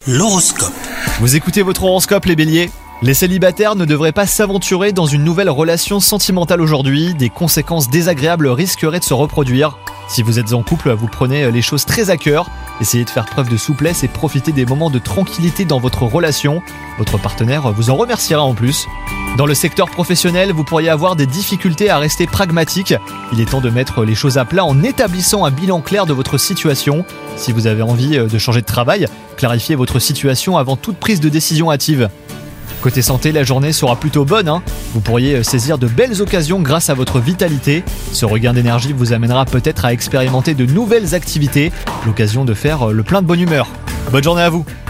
L'horoscope. Vous écoutez votre horoscope les béliers ? Les célibataires ne devraient pas s'aventurer dans une nouvelle relation sentimentale aujourd'hui, des conséquences désagréables risqueraient de se reproduire. Si vous êtes en couple, vous prenez les choses très à cœur, essayez de faire preuve de souplesse et profitez des moments de tranquillité dans votre relation. Votre partenaire vous en remerciera en plus. Dans le secteur professionnel, vous pourriez avoir des difficultés à rester pragmatique. Il est temps de mettre les choses à plat en établissant un bilan clair de votre situation. Si vous avez envie de changer de travail, clarifiez votre situation avant toute prise de décision hâtive. Côté santé, la journée sera plutôt bonne. Vous pourriez saisir de belles occasions grâce à votre vitalité. Ce regain d'énergie vous amènera peut-être à expérimenter de nouvelles activités, l'occasion de faire le plein de bonne humeur. Bonne journée à vous!